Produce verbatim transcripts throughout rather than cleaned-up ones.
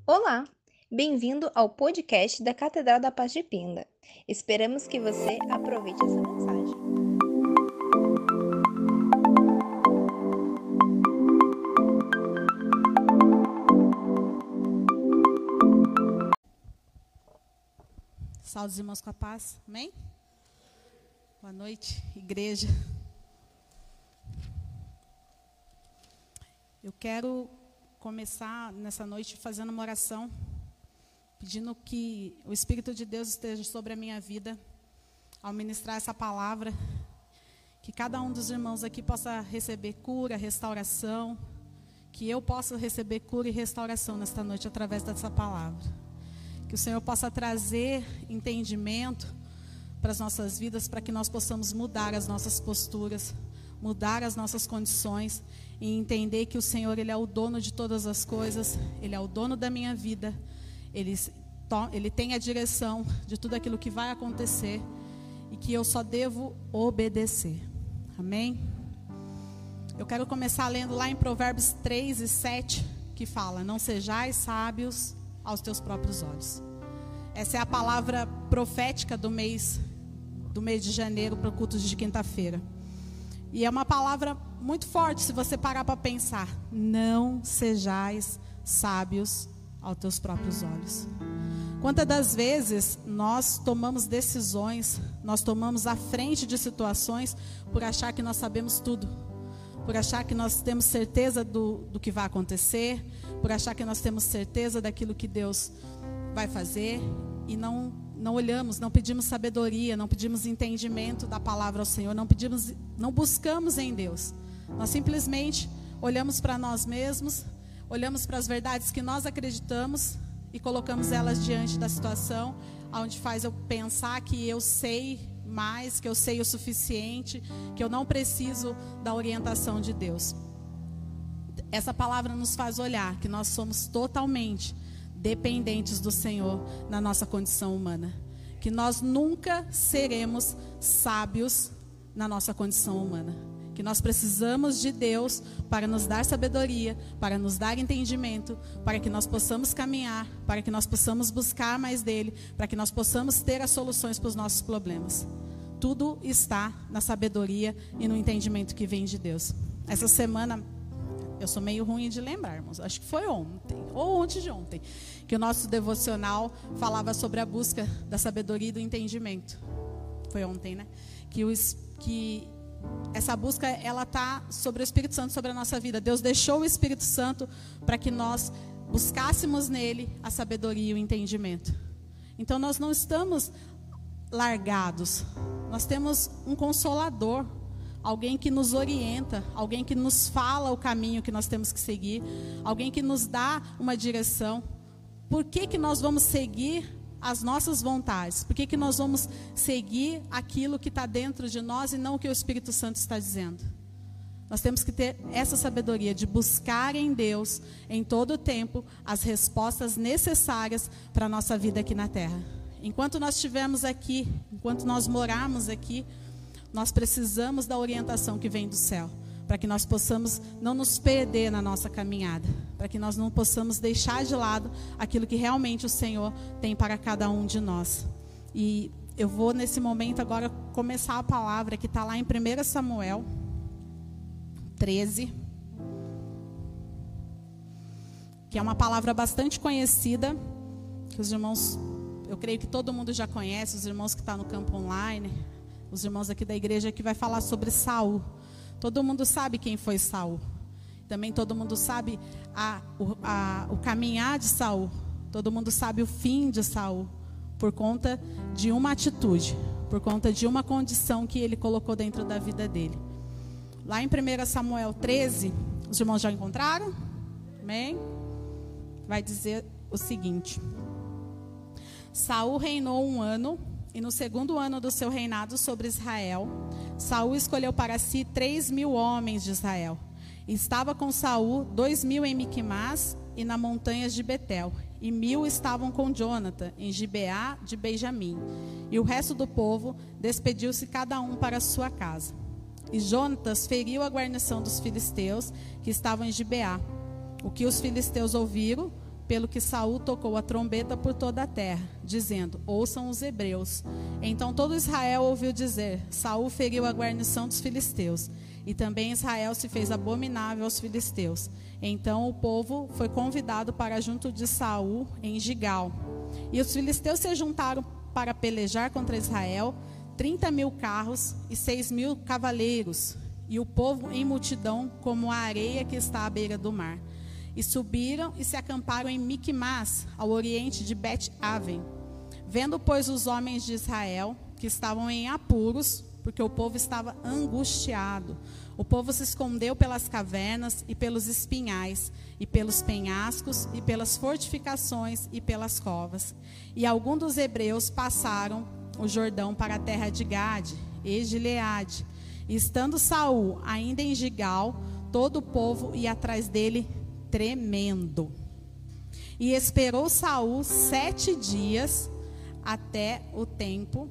Olá, bem-vindo ao podcast da Catedral da Paz de Pinda. Esperamos que você aproveite essa mensagem. Saúde os irmãos com a paz, amém? Boa noite, igreja. Eu quero começar nessa noite fazendo uma oração, pedindo que o Espírito de Deus esteja sobre a minha vida, ao ministrar essa palavra, que cada um dos irmãos aqui possa receber cura, restauração, que eu possa receber cura e restauração nesta noite através dessa palavra. Que o Senhor possa trazer entendimento para as nossas vidas, para que nós possamos mudar as nossas posturas, mudar as nossas condições e entender que o Senhor, Ele é o dono de todas as coisas, Ele é o dono da minha vida, Ele, Ele tem a direção de tudo aquilo que vai acontecer e que eu só devo obedecer. Amém? Eu quero começar lendo lá em Provérbios três e sete, que fala: não sejais sábios aos teus próprios olhos. Essa é a palavra profética do mês, do mês de janeiro para o culto de quinta-feira. E é uma palavra muito forte se você parar para pensar. Não sejais sábios aos teus próprios olhos. Quantas das vezes nós tomamos decisões, nós tomamos à frente de situações por achar que nós sabemos tudo, por achar que nós temos certeza do, do que vai acontecer, por achar que nós temos certeza daquilo que Deus vai fazer e não, não olhamos, não pedimos sabedoria, não pedimos entendimento da palavra ao Senhor, não pedimos, não buscamos em Deus. Nós simplesmente olhamos para nós mesmos, olhamos para as verdades que nós acreditamos e colocamos elas diante da situação, onde faz eu pensar que eu sei mais, que eu sei o suficiente, que eu não preciso da orientação de Deus. Essa palavra nos faz olhar que nós somos totalmente dependentes do Senhor na nossa condição humana, que nós nunca seremos sábios na nossa condição humana, que nós precisamos de Deus para nos dar sabedoria, para nos dar entendimento, para que nós possamos caminhar, para que nós possamos buscar mais dele, para que nós possamos ter as soluções para os nossos problemas. Tudo está na sabedoria e no entendimento que vem de Deus. Essa semana, eu sou meio ruim de lembrar, irmãos, acho que foi ontem, ou antes de ontem, que o nosso devocional falava sobre a busca da sabedoria e do entendimento. Foi ontem, né? Que, os, que essa busca, ela está sobre o Espírito Santo, sobre a nossa vida. Deus deixou o Espírito Santo para que nós buscássemos nele a sabedoria e o entendimento. Então nós não estamos largados, nós temos um consolador, alguém que nos orienta, alguém que nos fala o caminho que nós temos que seguir, alguém que nos dá uma direção. Por que que nós vamos seguir as nossas vontades? Por que que nós vamos seguir aquilo que está dentro de nós e não o que o Espírito Santo está dizendo? Nós temos que ter essa sabedoria de buscar em Deus, em todo o tempo, as respostas necessárias para a nossa vida aqui na terra. Enquanto nós estivermos aqui, enquanto nós morarmos aqui, nós precisamos da orientação que vem do céu, para que nós possamos não nos perder na nossa caminhada, para que nós não possamos deixar de lado aquilo que realmente o Senhor tem para cada um de nós. E eu vou nesse momento agora começar a palavra que está lá em primeiro Samuel treze, que é uma palavra bastante conhecida, que os irmãos, eu creio que todo mundo já conhece, os irmãos que estão no campo online, os irmãos aqui da igreja, que vai falar sobre Saul. Todo mundo sabe quem foi Saul. Também todo mundo sabe a, o, a, o caminhar de Saul. Todo mundo sabe o fim de Saul, por conta de uma atitude, por conta de uma condição que ele colocou dentro da vida dele. Lá em primeiro Samuel treze, os irmãos já encontraram? Amém? Vai dizer o seguinte: Saul reinou um ano, e no segundo ano do seu reinado sobre Israel, Saul escolheu para si três mil homens de Israel. E estava com Saul dois mil em Miquimás e nas montanhas de Betel, e mil estavam com Jonatã em Gibeá de Benjamim. E o resto do povo despediu-se cada um para a sua casa. E Jonatas feriu a guarnição dos filisteus que estavam em Gibeá. O que os filisteus ouviram, pelo que Saul tocou a trombeta por toda a terra, dizendo: ouçam os hebreus. Então todo Israel ouviu dizer: Saul feriu a guarnição dos filisteus. E também Israel se fez abominável aos filisteus. Então o povo foi convidado para junto de Saul em Gigal. E os filisteus se juntaram para pelejar contra Israel, trinta mil carros e seis mil cavaleiros, e o povo em multidão como a areia que está à beira do mar. E subiram e se acamparam em Miquimás, ao oriente de Bet-Aven. Vendo, pois, os homens de Israel, que estavam em apuros, porque o povo estava angustiado, o povo se escondeu pelas cavernas e pelos espinhais, e pelos penhascos, e pelas fortificações, e pelas covas. E alguns dos hebreus passaram o Jordão para a terra de Gade e Gileade. E estando Saul ainda em Gigal, todo o povo ia atrás dele tremendo. E esperou Saul sete dias até o tempo.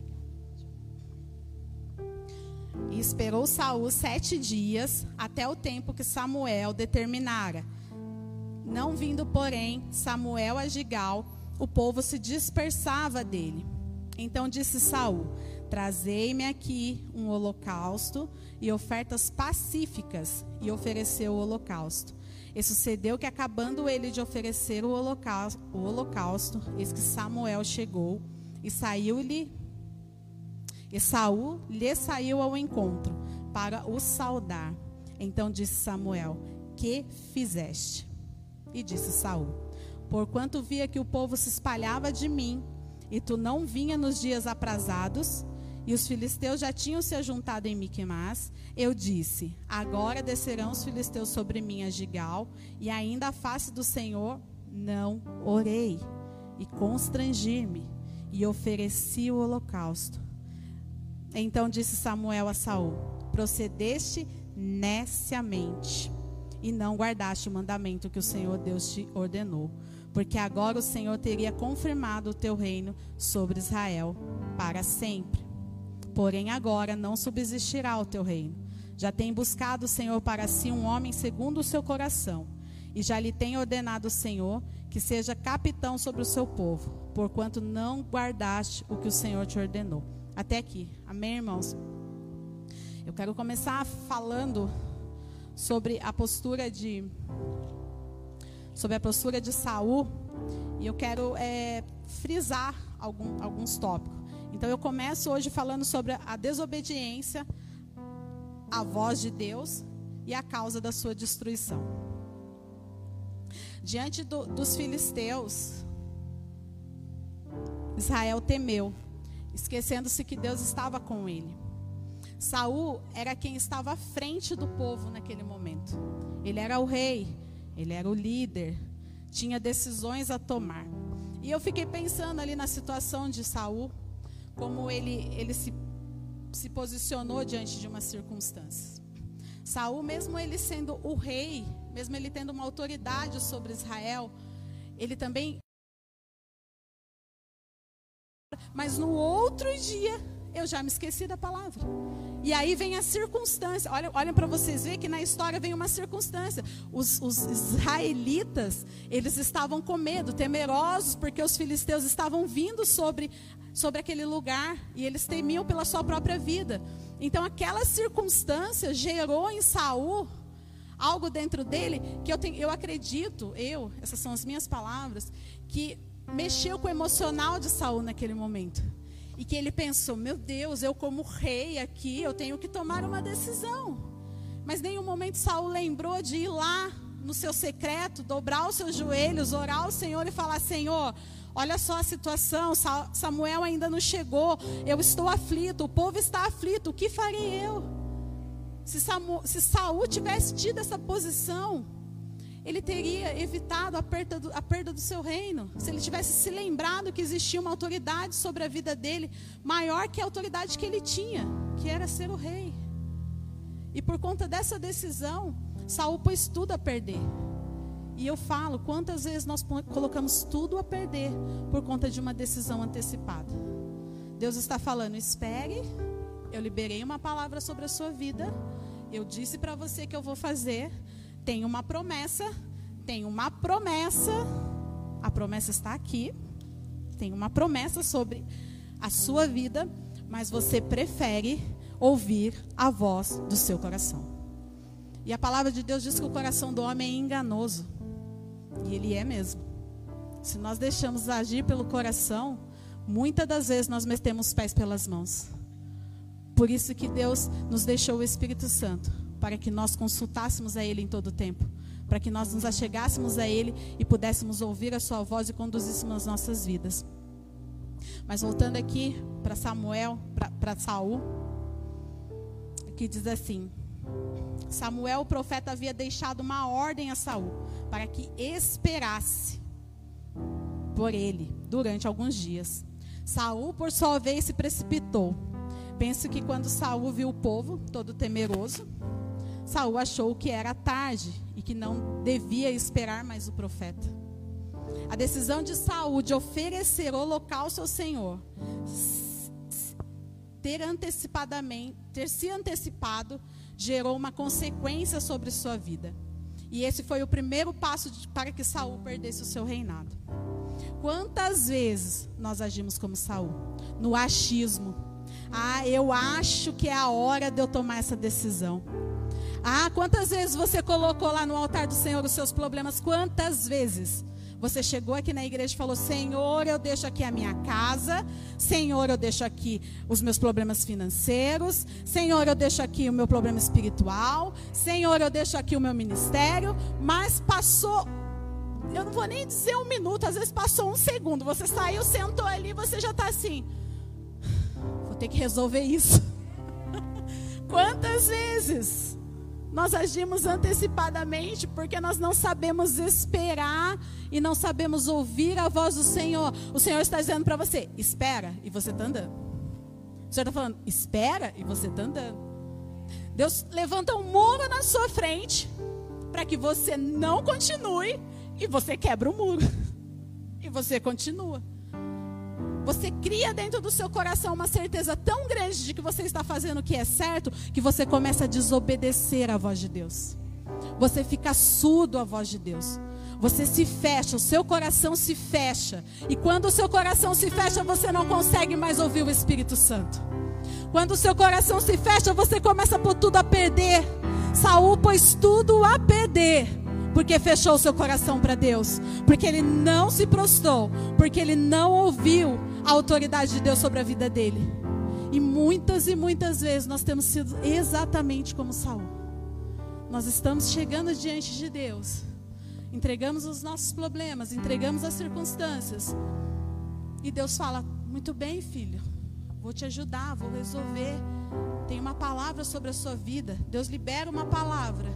E esperou Saul sete dias até o tempo que Samuel determinara. Não vindo, porém, Samuel a Gigal, o povo se dispersava dele. Então disse Saul: trazei-me aqui um holocausto e ofertas pacíficas. E ofereceu o holocausto. E sucedeu que, acabando ele de oferecer o holocausto, o holocausto, eis que Samuel chegou e saiu-lhe, e Saul lhe saiu ao encontro para o saudar. Então disse Samuel: que fizeste? E disse Saul: porquanto via que o povo se espalhava de mim, e tu não vinha nos dias aprazados, e os filisteus já tinham se ajuntado em Miquimás, eu disse: agora descerão os filisteus sobre mim a Gigal, e ainda a face do Senhor não orei, e constrangi-me, e ofereci o holocausto. Então disse Samuel a Saul: procedeste neciamente, e não guardaste o mandamento que o Senhor Deus te ordenou, porque agora o Senhor teria confirmado o teu reino sobre Israel para sempre. Porém agora não subsistirá o teu reino. Já tem buscado o Senhor para si um homem segundo o seu coração, e já lhe tem ordenado o Senhor que seja capitão sobre o seu povo, porquanto não guardaste o que o Senhor te ordenou. Até aqui, amém, irmãos? Eu quero começar falando sobre a postura de sobre a postura de Saul, e eu quero é, frisar algum, alguns tópicos. Então eu começo hoje falando sobre a desobediência à voz de Deus e a causa da sua destruição. Diante do, dos filisteus, Israel temeu, esquecendo-se que Deus estava com ele. Saul era quem estava à frente do povo naquele momento. Ele era o rei, ele era o líder, tinha decisões a tomar. E eu fiquei pensando ali na situação de Saul, como ele, ele se, se posicionou diante de uma circunstância. Saul, mesmo ele sendo o rei, mesmo ele tendo uma autoridade sobre Israel, ele também... Mas no outro dia, eu já me esqueci da palavra. E aí vem a circunstância. Olha, olhem para vocês verem que na história vem uma circunstância. Os, os israelitas, eles estavam com medo, temerosos, porque os filisteus estavam vindo sobre, sobre aquele lugar. E eles temiam pela sua própria vida. Então aquela circunstância gerou em Saul algo dentro dele, que eu, tenho, eu acredito, eu, essas são as minhas palavras, que mexeu com o emocional de Saul naquele momento. E que ele pensou: meu Deus, eu como rei aqui, eu tenho que tomar uma decisão. Mas em nenhum momento Saul lembrou de ir lá no seu secreto, dobrar os seus joelhos, orar ao Senhor e falar: Senhor, olha só a situação, Samuel ainda não chegou, eu estou aflito, o povo está aflito, o que farei eu? Se, Samu, se Saul tivesse tido essa posição, ele teria evitado a perda, do, a perda do seu reino. Se ele tivesse se lembrado que existia uma autoridade sobre a vida dele, maior que a autoridade que ele tinha, que era ser o rei. E por conta dessa decisão, Saul pôs tudo a perder. E eu falo, quantas vezes nós colocamos tudo a perder por conta de uma decisão antecipada. Deus está falando: espere, eu liberei uma palavra sobre a sua vida, eu disse para você que eu vou fazer. Tem uma promessa, tem uma promessa, promessa está aqui. Tem uma promessa sobre a sua vida, mas você prefere ouvir a voz do seu coração. E a palavra de Deus diz que o coração do homem é enganoso. E ele é mesmo. Se nós deixamos agir pelo coração, muitas das vezes nós metemos os pés pelas mãos. Por isso que Deus nos deixou o Espírito Santo, para que nós consultássemos a Ele em todo o tempo, para que nós nos achegássemos a Ele e pudéssemos ouvir a sua voz e conduzíssemos as nossas vidas. Mas voltando aqui para Samuel, para Saul, que diz assim: Samuel, o profeta, havia deixado uma ordem a Saul, para que esperasse por ele durante alguns dias. Saul, por sua vez, se precipitou. Penso que quando Saul viu o povo todo temeroso, Saul achou que era tarde e que não devia esperar mais o profeta. A decisão de Saul de oferecer holocausto ao Senhor, ter antecipadamente, ter se antecipado, gerou uma consequência sobre sua vida. E esse foi o primeiro passo de, para que Saul perdesse o seu reinado. Quantas vezes nós agimos como Saul? No achismo. Ah, eu acho que é a hora de eu tomar essa decisão. Ah, quantas vezes você colocou lá no altar do Senhor os seus problemas? Quantas vezes você chegou aqui na igreja e falou: Senhor, eu deixo aqui a minha casa. Senhor, eu deixo aqui os meus problemas financeiros. Senhor, eu deixo aqui o meu problema espiritual. Senhor, eu deixo aqui o meu ministério. Mas passou, eu não vou nem dizer um minuto, às vezes passou um segundo. Você saiu, sentou ali, você já está assim: vou ter que resolver isso. Quantas vezes nós agimos antecipadamente porque nós não sabemos esperar e não sabemos ouvir a voz do Senhor. O Senhor está dizendo para você: espera, e você está andando. O Senhor está falando: espera, e você está andando. Deus levanta um muro na sua frente para que você não continue, e você quebra o muro e você continua. Você cria dentro do seu coração uma certeza tão grande de que você está fazendo o que é certo, que você começa a desobedecer a voz de Deus. Você fica surdo à voz de Deus. Você se fecha, o seu coração se fecha. E quando o seu coração se fecha, você não consegue mais ouvir o Espírito Santo. Quando o seu coração se fecha, você começa a pôr tudo a perder. Saul pôs tudo a perder, porque fechou o seu coração para Deus, porque ele não se prostrou, porque ele não ouviu a autoridade de Deus sobre a vida dele. E muitas e muitas vezes nós temos sido exatamente como Saul. Nós estamos chegando diante de Deus, entregamos os nossos problemas, entregamos as circunstâncias, e Deus fala: muito bem, filho, vou te ajudar, vou resolver. Tem uma palavra sobre a sua vida. Deus libera uma palavra.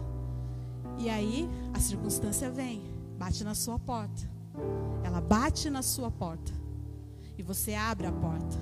E aí a circunstância vem, bate na sua porta. Ela bate na sua porta e você abre a porta.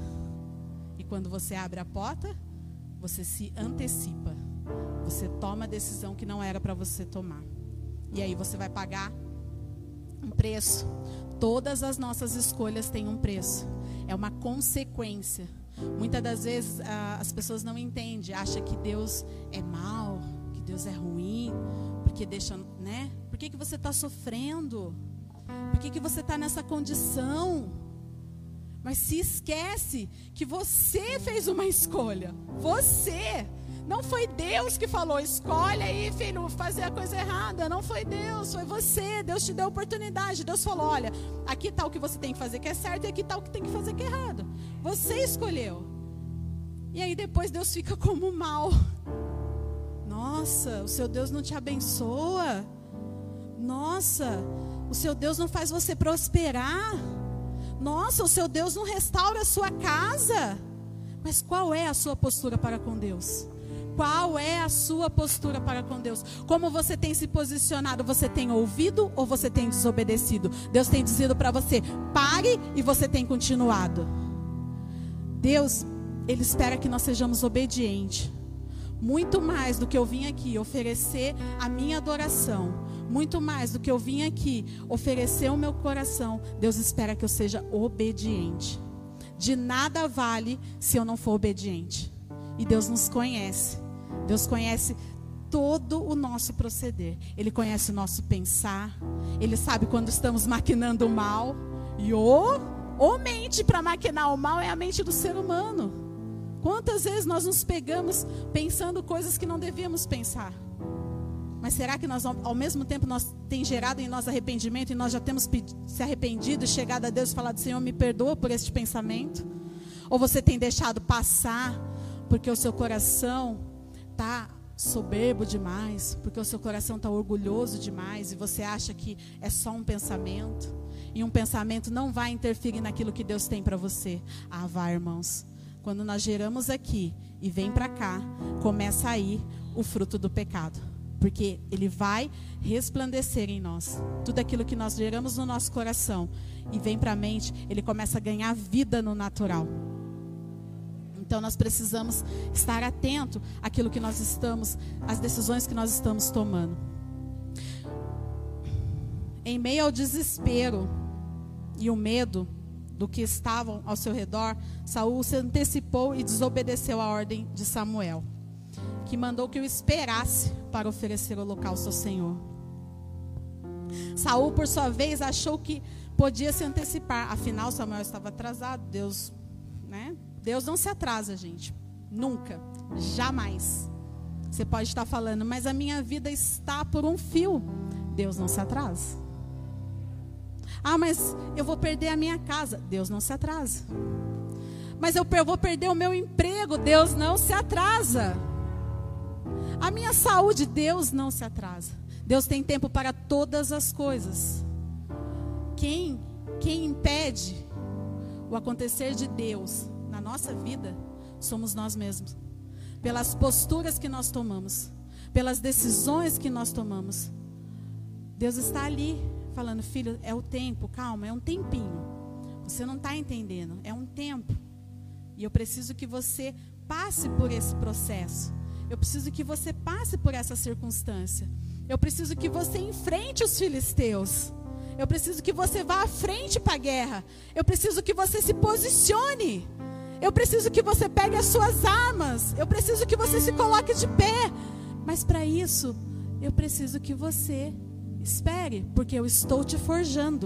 E quando você abre a porta, você se antecipa. Você toma a decisão que não era para você tomar. E aí você vai pagar um preço. Todas as nossas escolhas têm um preço. É uma consequência. Muitas das vezes ah, as pessoas não entendem, acham que Deus é mau, que Deus é ruim, porque deixa, né? Por que que você está sofrendo? Por que que você está nessa condição? Mas se esquece que você fez uma escolha. Você. Não foi Deus que falou: escolhe aí, filho, fazer a coisa errada. Não foi Deus, foi você. Deus te deu oportunidade. Deus falou: olha, aqui está o que você tem que fazer que é certo, e aqui está o que tem que fazer que é errado. Você escolheu. E aí depois Deus fica como mal. Nossa, o seu Deus não te abençoa. Nossa, o seu Deus não faz você prosperar. Nossa, o seu Deus não restaura a sua casa. Mas qual é a sua postura para com Deus? Qual é a sua postura para com Deus? Como você tem se posicionado? Você tem ouvido ou você tem desobedecido? Deus tem dizido para você: pare, e você tem continuado. Deus, Ele espera que nós sejamos obedientes. Muito mais do que eu vim aqui oferecer a minha adoração, muito mais do que eu vim aqui oferecer o meu coração, Deus espera que eu seja obediente. De nada vale se eu não for obediente. E Deus nos conhece. Deus conhece todo o nosso proceder. Ele conhece o nosso pensar. Ele sabe quando estamos maquinando o mal. E o, o mente para maquinar o mal é a mente do ser humano. Quantas vezes nós nos pegamos pensando coisas que não devíamos pensar? Mas será que nós, ao mesmo tempo, nós tem gerado em nós arrependimento e nós já temos se arrependido e chegado a Deus e falado: Senhor, me perdoa por este pensamento? Ou você tem deixado passar porque o seu coração está soberbo demais, porque o seu coração está orgulhoso demais e você acha que é só um pensamento? E um pensamento não vai interferir naquilo que Deus tem para você. Ah, vai, irmãos. Quando nós geramos aqui e vem para cá, começa aí o fruto do pecado. Porque ele vai resplandecer em nós. Tudo aquilo que nós geramos no nosso coração e vem para a mente, ele começa a ganhar vida no natural. Então nós precisamos estar atento àquilo que nós estamos, às decisões que nós estamos tomando. Em meio ao desespero e o medo do que estavam ao seu redor, Saul se antecipou e desobedeceu a ordem de Samuel, que mandou que o esperasse para oferecer o holocausto ao Senhor. Saul, por sua vez, achou que podia se antecipar. Afinal, Samuel estava atrasado. Deus, né? Deus não se atrasa, gente. Nunca. Jamais. Você pode estar falando, mas a minha vida está por um fio. Deus não se atrasa. Ah, mas eu vou perder a minha casa. Deus não se atrasa. Mas eu vou perder o meu emprego. Deus não se atrasa. A minha saúde, Deus não se atrasa. Deus tem tempo para todas as coisas. Quem, quem impede o acontecer de Deus na nossa vida, somos nós mesmos. Pelas posturas que nós tomamos, pelas decisões que nós tomamos. Deus está ali, falando: filho, é o tempo, calma, é um tempinho. Você não está entendendo, é um tempo. E eu preciso que você passe por esse processo. Eu preciso que você passe por essa circunstância. Eu preciso que você enfrente os filisteus. Eu preciso que você vá à frente para a guerra. Eu preciso que você se posicione. Eu preciso que você pegue as suas armas. Eu preciso que você se coloque de pé. Mas para isso, eu preciso que você espere, porque eu estou te forjando.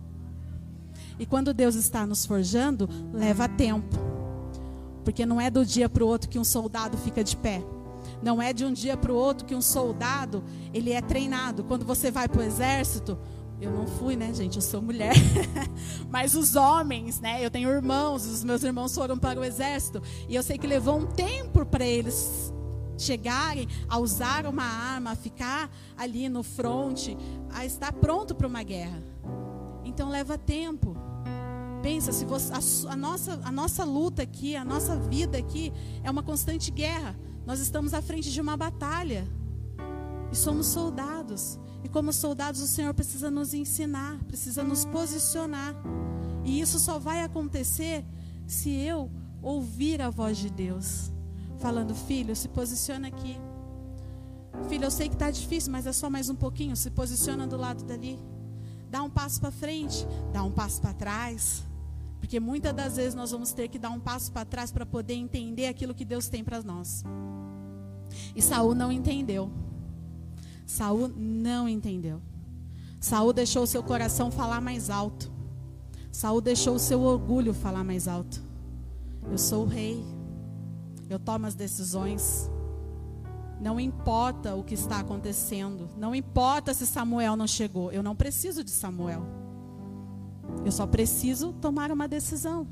E quando Deus está nos forjando, leva tempo. Porque não é do dia para o outro que um soldado fica de pé. Não é de um dia para o outro que um soldado, ele é treinado. Quando você vai para o exército, eu não fui, né, gente? Eu sou mulher. Mas os homens, né? Eu tenho irmãos, os meus irmãos foram para o exército. E eu sei que levou um tempo para eles chegarem a usar uma arma, a ficar ali no fronte, a estar pronto para uma guerra. Então leva tempo. Pensa, se você, a, a, nossa, a nossa luta aqui, a nossa vida aqui é uma constante guerra. Nós estamos à frente de uma batalha. E somos soldados. E como soldados o Senhor precisa nos ensinar, precisa nos posicionar. E isso só vai acontecer se eu ouvir a voz de Deus. Falando: filho, se posiciona aqui. Filho, eu sei que está difícil, mas é só mais um pouquinho. Se posiciona do lado dali. Dá um passo para frente, dá um passo para trás. Porque muitas das vezes nós vamos ter que dar um passo para trás para poder entender aquilo que Deus tem para nós. E Saul não entendeu. Saul não entendeu. Saul deixou o seu coração falar mais alto. Saul deixou o seu orgulho falar mais alto. Eu sou o rei. Eu tomo as decisões. Não importa o que está acontecendo. Não importa se Samuel não chegou. Eu não preciso de Samuel. Eu só preciso tomar uma decisão.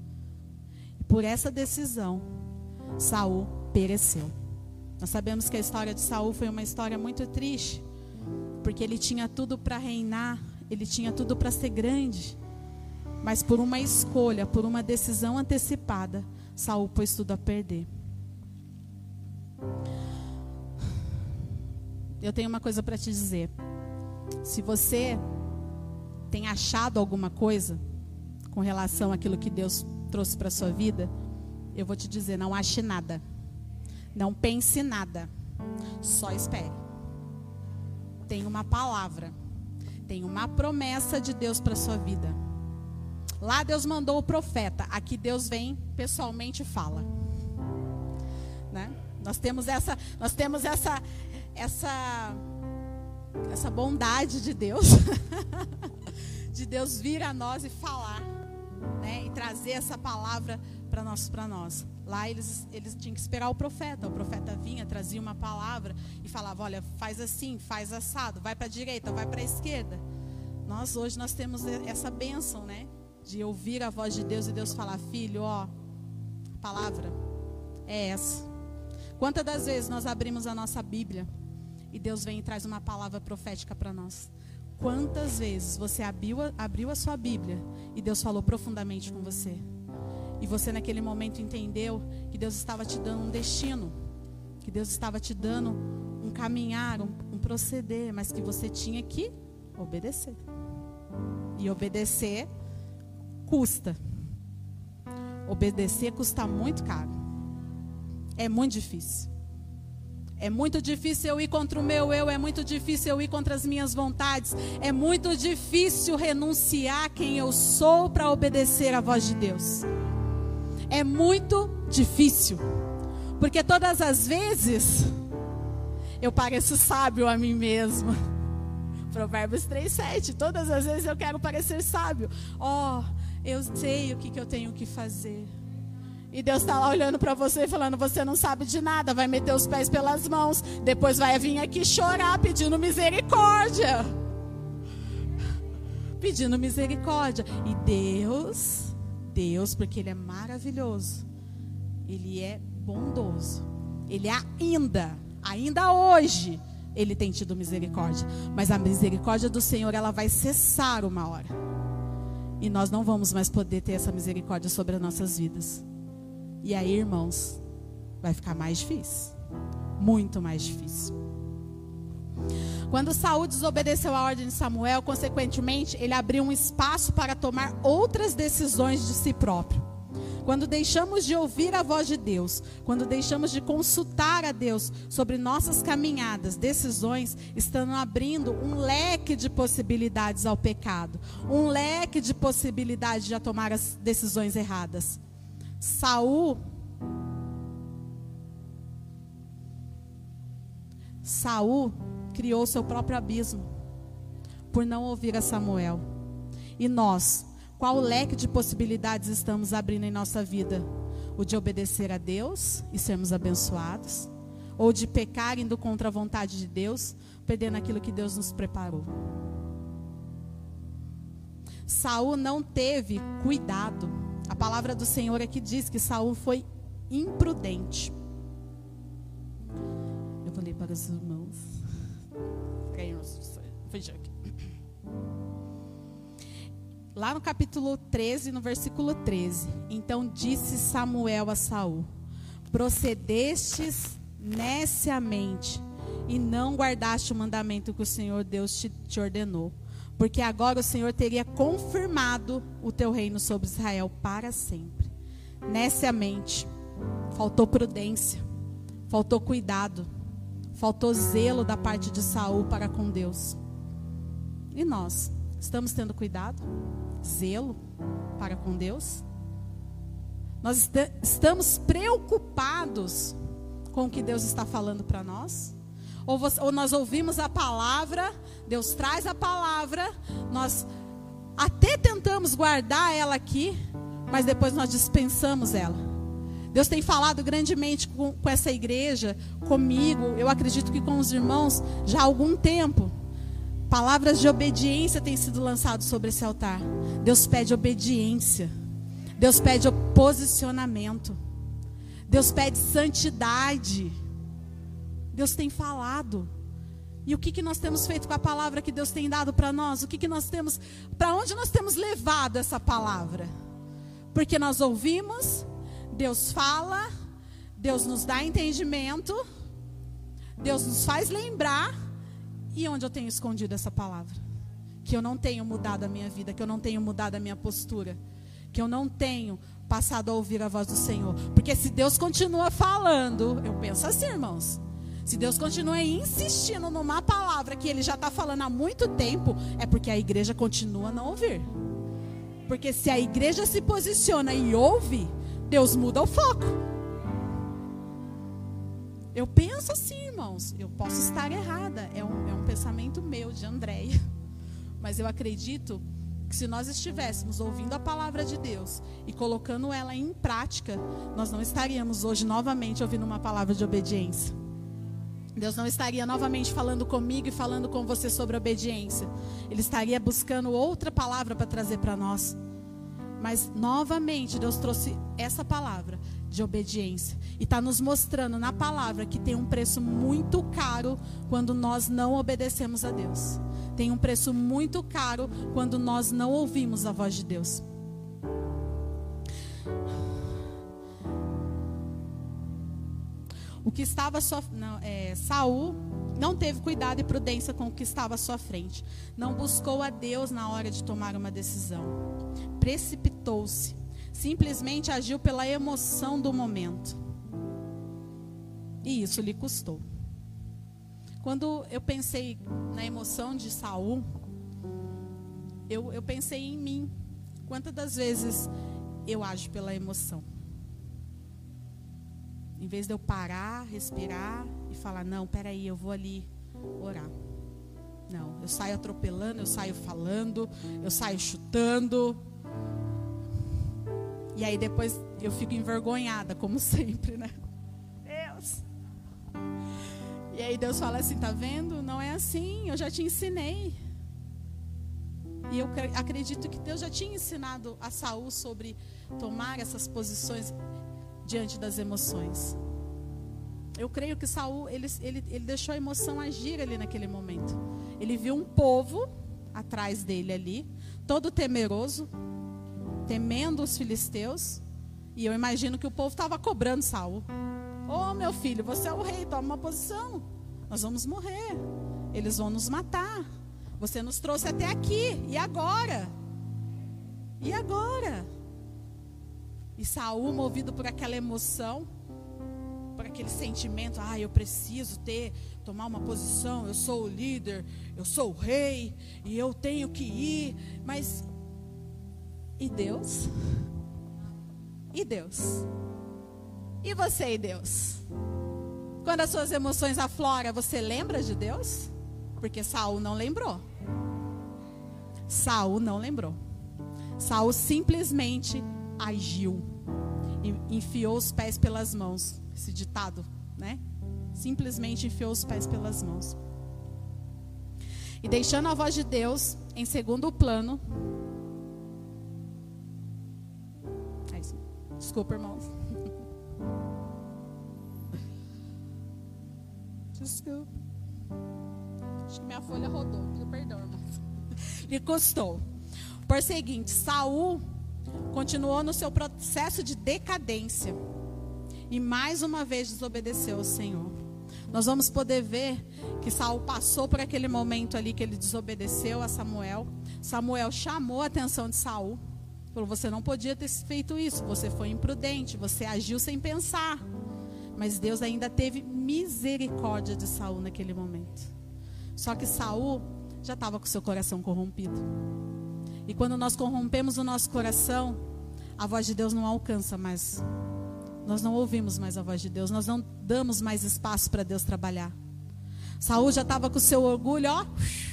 E por essa decisão, Saul pereceu. Nós sabemos que a história de Saul foi uma história muito triste, porque ele tinha tudo para reinar, ele tinha tudo para ser grande, mas por uma escolha, por uma decisão antecipada, Saul pôs tudo a perder. Eu tenho uma coisa para te dizer. Se você tem achado alguma coisa com relação àquilo que Deus trouxe para a sua vida, eu vou te dizer, não ache nada. Não pense nada. Só espere. Tem uma palavra. Tem uma promessa de Deus para a sua vida. Lá Deus mandou o profeta. Aqui Deus vem pessoalmente e fala. Né? Nós temos essa, nós temos essa, essa, essa bondade de Deus, de Deus vir a nós e falar, né? E trazer essa palavra para nós, para nós. Lá eles, eles tinham que esperar o profeta. O profeta vinha, trazia uma palavra e falava, olha, faz assim, faz assado, vai para a direita, vai para a esquerda. Nós hoje nós temos essa bênção, né? De ouvir a voz de Deus e Deus falar, filho, ó, a palavra é essa. Quantas das vezes nós abrimos a nossa Bíblia e Deus vem e traz uma palavra profética para nós? Quantas vezes você abriu, abriu a sua Bíblia e Deus falou profundamente com você? E você naquele momento entendeu que Deus estava te dando um destino, que Deus estava te dando um caminhar, um, um proceder, mas que você tinha que obedecer. E obedecer custa. Obedecer custa muito caro. É muito difícil. É muito difícil eu ir contra o meu eu, é muito difícil eu ir contra as minhas vontades, é muito difícil renunciar quem eu sou para obedecer à voz de Deus. É muito difícil, porque todas as vezes eu pareço sábio a mim mesma. Provérbios três, sete, todas as vezes eu quero parecer sábio. Ó, oh, eu sei o que, que eu tenho que fazer. E Deus está lá olhando para você e falando, você não sabe de nada, vai meter os pés pelas mãos, depois vai vir aqui chorar pedindo misericórdia. Pedindo misericórdia. E Deus, Deus, porque Ele é maravilhoso, Ele é bondoso, Ele ainda, ainda hoje, Ele tem tido misericórdia. Mas a misericórdia do Senhor, ela vai cessar uma hora. E nós não vamos mais poder ter essa misericórdia sobre as nossas vidas. E aí, irmãos, vai ficar mais difícil. Muito mais difícil. Quando Saul desobedeceu a ordem de Samuel, consequentemente, ele abriu um espaço para tomar outras decisões de si próprio. Quando deixamos de ouvir a voz de Deus, quando deixamos de consultar a Deus sobre nossas caminhadas, decisões, estão abrindo um leque de possibilidades ao pecado. Um leque de possibilidades de tomar as decisões erradas. Saul, Saul criou seu próprio abismo por não ouvir a Samuel. E nós, qual leque de possibilidades estamos abrindo em nossa vida? O de obedecer a Deus e sermos abençoados? Ou de pecar indo contra a vontade de Deus, perdendo aquilo que Deus nos preparou? Saul não teve cuidado. A palavra do Senhor aqui diz que Saul foi imprudente. Eu vou ler para os irmãos. Lá no capítulo treze, no versículo treze. Então disse Samuel a Saul: procedestes neciamente e não guardaste o mandamento que o Senhor Deus te, te ordenou. Porque agora o Senhor teria confirmado o teu reino sobre Israel para sempre. Neciamente, faltou prudência, faltou cuidado, faltou zelo da parte de Saul para com Deus. E nós, estamos tendo cuidado, zelo para com Deus? Nós est- estamos preocupados com o que Deus está falando para nós? Ou, você, ou nós ouvimos a palavra, Deus traz a palavra, nós até tentamos guardar ela aqui, mas depois nós dispensamos ela. Deus tem falado grandemente com, com essa igreja, comigo, eu acredito que com os irmãos, já há algum tempo. Palavras de obediência têm sido lançadas sobre esse altar. Deus pede obediência, Deus pede posicionamento, Deus pede santidade. Deus tem falado. E o que, que nós temos feito com a palavra que Deus tem dado para nós? O que, que nós temos, para onde nós temos levado essa palavra? Porque nós ouvimos, Deus fala, Deus nos dá entendimento, Deus nos faz lembrar. E onde eu tenho escondido essa palavra? Que eu não tenho mudado a minha vida, que eu não tenho mudado a minha postura, que eu não tenho passado a ouvir a voz do Senhor. Porque se Deus continua falando, eu penso assim, irmãos, se Deus continua insistindo numa palavra que Ele já está falando há muito tempo, é porque a igreja continua a não ouvir. Porque se a igreja se posiciona e ouve, Deus muda o foco. Eu penso assim, irmãos, eu posso estar errada, é um, é um pensamento meu, de Andréia, mas eu acredito que se nós estivéssemos ouvindo a palavra de Deus e colocando ela em prática, nós não estaríamos hoje novamente ouvindo uma palavra de obediência. Deus não estaria novamente falando comigo e falando com você sobre obediência. Ele estaria buscando outra palavra para trazer para nós. Mas novamente Deus trouxe essa palavra de obediência. E está nos mostrando na palavra que tem um preço muito caro quando nós não obedecemos a Deus. Tem um preço muito caro quando nós não ouvimos a voz de Deus. O que estava à sua, não, é, Saul não teve cuidado e prudência com o que estava à sua frente. Não buscou a Deus na hora de tomar uma decisão. Precipitou-se. Simplesmente agiu pela emoção do momento. E isso lhe custou. Quando eu pensei na emoção de Saul, eu, eu pensei em mim. Quantas das vezes eu ajo pela emoção? Em vez de eu parar, respirar e falar, não, peraí, eu vou ali orar. Não, eu saio atropelando, eu saio falando, eu saio chutando. E aí depois eu fico envergonhada, como sempre, né? Deus. E aí Deus fala assim, tá vendo? Não é assim, eu já te ensinei. E eu acredito que Deus já tinha ensinado a Saul sobre tomar essas posições diante das emoções. Eu creio que Saul, ele, ele, ele deixou a emoção agir ali naquele momento. Ele viu um povo atrás dele ali, todo temeroso, temendo os filisteus. E eu imagino que o povo estava cobrando Saul. Ô, meu filho, você é o rei, toma uma posição. Nós vamos morrer. Eles vão nos matar. Você nos trouxe até aqui. E agora? E agora? E Saul, movido por aquela emoção, por aquele sentimento, ah, eu preciso ter, tomar uma posição, eu sou o líder, eu sou o rei, e eu tenho que ir, mas, e Deus? E Deus? E você e Deus? Quando as suas emoções afloram, você lembra de Deus? Porque Saul não lembrou. Saul não lembrou. Saul simplesmente agiu e enfiou os pés pelas mãos. Esse ditado, né? Simplesmente enfiou os pés pelas mãos. E deixando a voz de Deus em segundo plano. Desculpa, irmãos. Desculpa. Acho que minha folha rodou. Perdão, irmãos. Lhe custou. Por seguinte, Saul continuou no seu processo de decadência e mais uma vez desobedeceu ao Senhor. Nós vamos poder ver que Saul passou por aquele momento ali que ele desobedeceu a Samuel. Samuel chamou a atenção de Saul, falou, você não podia ter feito isso, você foi imprudente, você agiu sem pensar. Mas Deus ainda teve misericórdia de Saul naquele momento. Só que Saul já estava com seu coração corrompido. E quando nós corrompemos o nosso coração, a voz de Deus não alcança mais. Nós não ouvimos mais a voz de Deus. Nós não damos mais espaço para Deus trabalhar. Saul já estava com o seu orgulho, ó.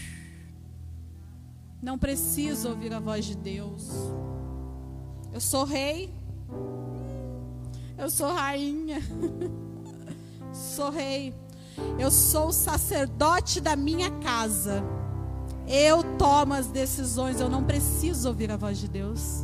Não preciso ouvir a voz de Deus. Eu sou rei. Eu sou rainha. Sou rei. Eu sou o sacerdote da minha casa. Eu tomo as decisões, eu não preciso ouvir a voz de Deus.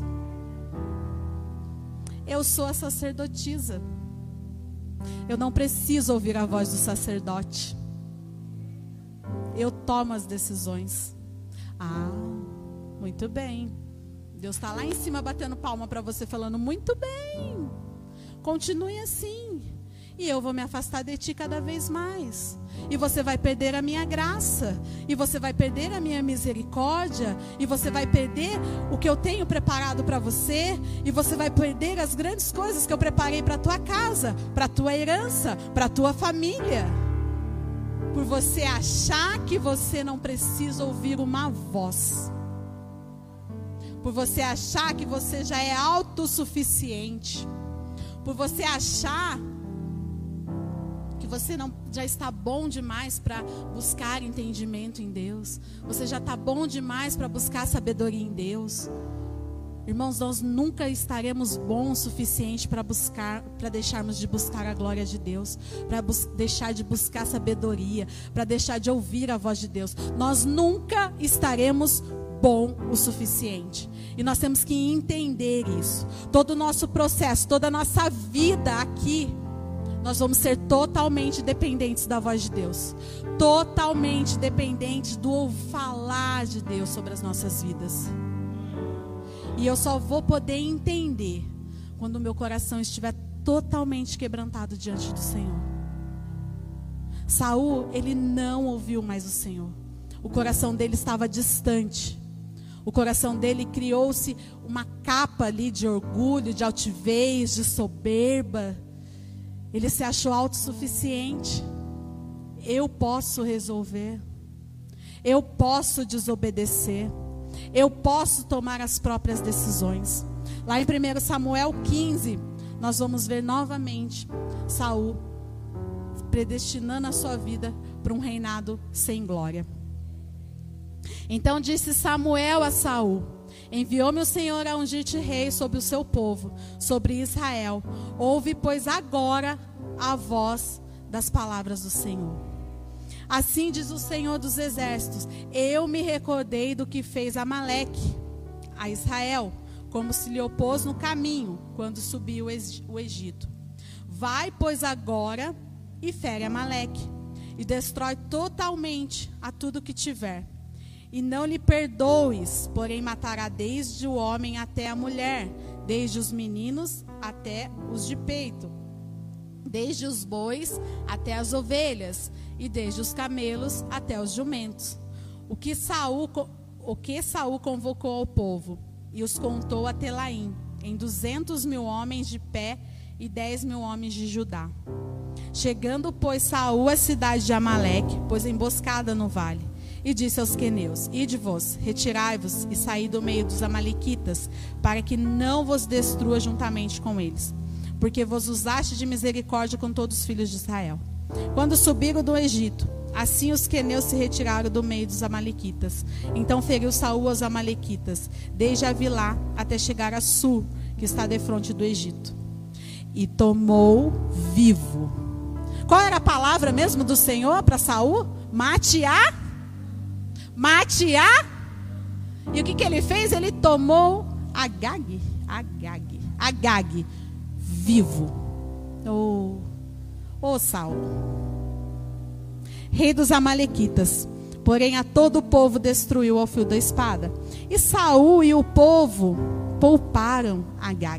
Eu sou a sacerdotisa. Eu não preciso ouvir a voz do sacerdote. Eu tomo as decisões. Ah, muito bem. Deus está lá em cima batendo palma para você, falando, muito bem. Continue assim. E eu vou me afastar de ti cada vez mais. E você vai perder a minha graça. E você vai perder a minha misericórdia. E você vai perder o que eu tenho preparado para você. E você vai perder as grandes coisas que eu preparei para a tua casa, para a tua herança, para a tua família. Por você achar que você não precisa ouvir uma voz. Por você achar que você já é autossuficiente. Por você achar que você não, já está bom demais para buscar entendimento em Deus. Você já está bom demais para buscar sabedoria em Deus. Irmãos, nós nunca estaremos bons o suficiente para buscar, para deixarmos de buscar a glória de Deus, para deixar de buscar sabedoria, para deixar de ouvir a voz de Deus. Nós nunca estaremos bom o suficiente. E nós temos que entender isso. Todo o nosso processo, toda a nossa vida aqui, nós vamos ser totalmente dependentes da voz de Deus. Totalmente dependentes do falar de Deus sobre as nossas vidas. E eu só vou poder entender quando o meu coração estiver totalmente quebrantado diante do Senhor. Saul, ele não ouviu mais o Senhor. O coração dele estava distante. O coração dele criou-se uma capa ali de orgulho, de altivez, de soberba. Ele se achou autossuficiente. Eu posso resolver. Eu posso desobedecer. Eu posso tomar as próprias decisões. Lá em primeiro Samuel quinze, nós vamos ver novamente Saul predestinando a sua vida para um reinado sem glória. Então disse Samuel a Saul: enviou-me o Senhor a ungir-te rei sobre o seu povo, sobre Israel. Ouve, pois, agora a voz das palavras do Senhor. Assim diz o Senhor dos exércitos: eu me recordei do que fez Amaleque a Israel, como se lhe opôs no caminho, quando subiu o Egito. Vai, pois, agora e fere Amaleque, e destrói totalmente a tudo que tiver. E não lhe perdoes, porém matará desde o homem até a mulher, desde os meninos até os de peito, desde os bois até as ovelhas, e desde os camelos até os jumentos. O que Saul, o que Saul convocou ao povo, e os contou a Telaim, em duzentos mil homens de pé e dez mil homens de Judá. Chegando, pois, Saul à cidade de Amaleque, pôs emboscada no vale, e disse aos queneus: ide vos, retirai-vos e saí do meio dos amalequitas, para que não vos destrua juntamente com eles, porque vos usaste de misericórdia com todos os filhos de Israel. Quando subiram do Egito, assim os queneus se retiraram do meio dos amalequitas. Então feriu Saul aos amalequitas, desde Avilá até chegar a Sur, que está defronte do Egito, e tomou vivo. Qual era a palavra mesmo do Senhor para Saul? Mate-a. Mate-a. E o que, que ele fez? Ele tomou Agag, Agag, Agag, vivo. Oh, oh Saul, rei dos amalequitas. Porém a todo o povo destruiu ao fio da espada. E Saul e o povo pouparam Agag.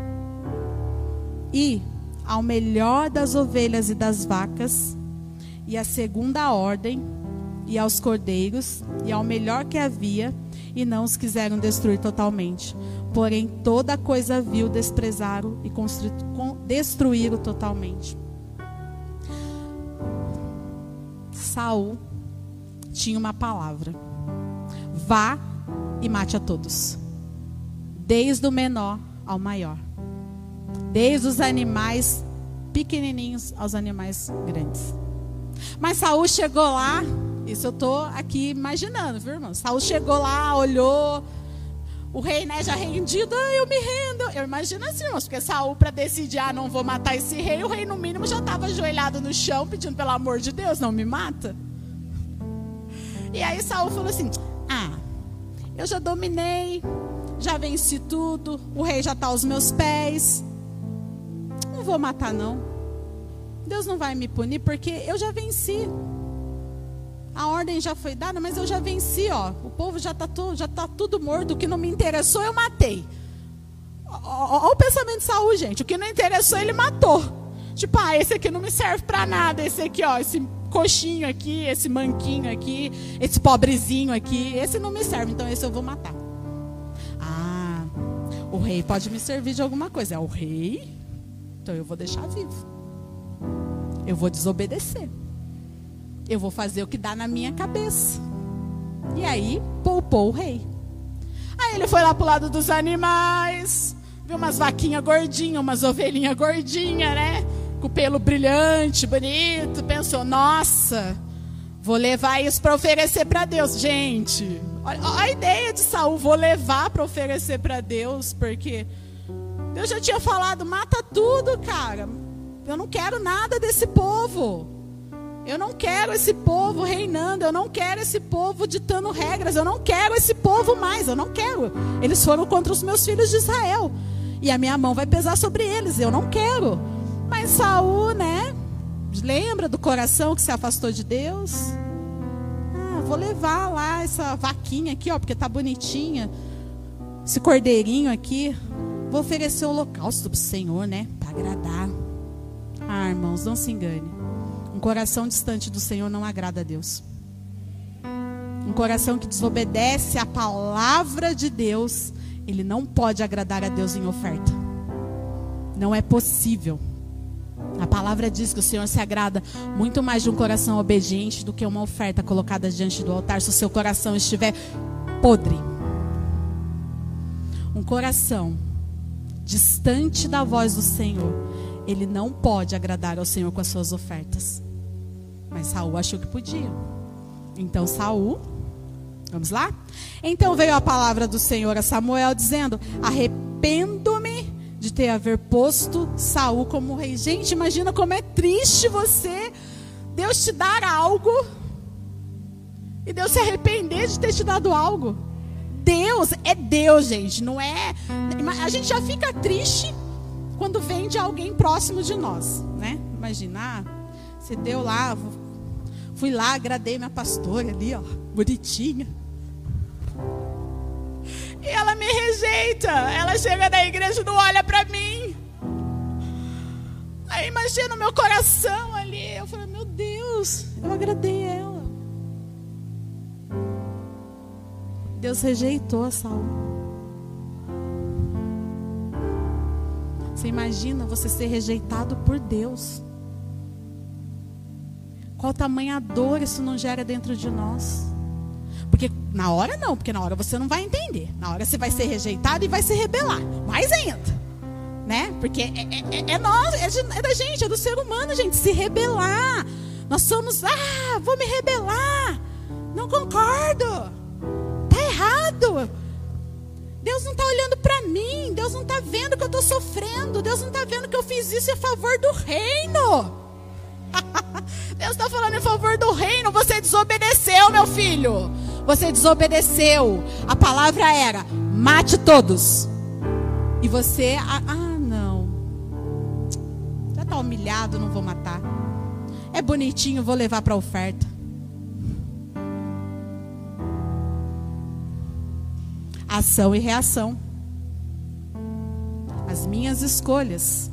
E ao melhor das ovelhas e das vacas, e à segunda ordem, e aos cordeiros, e ao melhor que havia, e não os quiseram destruir totalmente. Porém toda coisa vil desprezaram e destruíram totalmente. Saul tinha uma palavra: vá e mate a todos, desde o menor ao maior, desde os animais pequenininhos aos animais grandes. Mas Saul chegou lá, isso eu estou aqui imaginando, viu, irmão? Saul chegou lá, olhou, o rei, né, já rendido, ah, eu me rendo. Eu imagino assim, irmãos, porque Saul, para decidir, ah, não vou matar esse rei, o rei no mínimo já estava ajoelhado no chão, pedindo pelo amor de Deus, não me mata. E aí Saul falou assim: ah, eu já dominei, já venci tudo, o rei já está aos meus pés, não vou matar não. Deus não vai me punir porque eu já venci. A ordem já foi dada, mas eu já venci, ó. O povo já está já tá tudo morto. O que não me interessou, eu matei. Olha o pensamento de Saul, gente. O que não interessou, ele matou. Tipo, ah, esse aqui não me serve para nada. Esse aqui, ó, esse coxinho aqui, esse manquinho aqui, esse pobrezinho aqui, esse não me serve, então esse eu vou matar. Ah, o rei pode me servir de alguma coisa. É o rei, então eu vou deixar vivo. Eu vou desobedecer. Eu vou fazer o que dá na minha cabeça. E aí, poupou o rei. Aí ele foi lá pro lado dos animais, viu umas vaquinhas gordinhas, umas ovelhinhas gordinhas, né? com o pelo brilhante, bonito, pensou, nossa, vou levar isso para oferecer para Deus. Gente, olha, olha a ideia de Saul, vou levar para oferecer para Deus, porque Deus já tinha falado, mata tudo, cara. Eu não quero nada desse povo. Eu não quero esse povo reinando, eu não quero esse povo ditando regras, eu não quero esse povo mais, eu não quero. Eles foram contra os meus filhos de Israel. E a minha mão vai pesar sobre eles, eu não quero. Mas Saul, né? Lembra do coração que se afastou de Deus? Ah, vou levar lá essa vaquinha aqui, ó, porque tá bonitinha. Esse cordeirinho aqui. Vou oferecer o holocausto pro Senhor, né? Para agradar. Ah, irmãos, não se engane. Um coração distante do Senhor não agrada a Deus. Um coração que desobedece à palavra de Deus, ele não pode agradar a Deus em oferta. Não é possível. A palavra diz que o Senhor se agrada muito mais de um coração obediente do que uma oferta colocada diante do altar, se o seu coração estiver podre. Um coração distante da voz do Senhor, ele não pode agradar ao Senhor com as suas ofertas. Mas Saul achou que podia. Então Saul, vamos lá? Então veio a palavra do Senhor a Samuel dizendo, arrependo-me de ter haver posto Saul como rei. Gente, imagina como é triste você, Deus te dar algo e Deus se arrepender de ter te dado algo. Deus é Deus, gente, não é... A gente já fica triste quando vem de alguém próximo de nós, né? Imagina, você deu lá, fui lá, agradei minha pastora ali, ó, bonitinha. E ela me rejeita, ela chega da igreja e não olha pra mim. Aí imagina o meu coração ali, eu falei, meu Deus, eu agradei ela. Deus rejeitou a Saul. Você imagina você ser rejeitado por Deus? Qual tamanha dor isso não gera dentro de nós? Porque na hora não, porque na hora você não vai entender. Na hora você vai ser rejeitado e vai se rebelar. Mais ainda, né? Porque é, é, é, nós, é, de, é da gente, é do ser humano, gente, se rebelar. Nós somos, ah, vou me rebelar. Não concordo. Tá errado. Deus não está olhando para mim. Deus não está vendo que eu estou sofrendo. Deus não está vendo que eu fiz isso em favor do reino. Deus está falando em favor do reino. Você desobedeceu, meu filho. Você desobedeceu. A palavra era, mate todos. E você, ah, ah não. Já está humilhado, não vou matar. É bonitinho, vou levar para a oferta. Ação e reação. As minhas escolhas.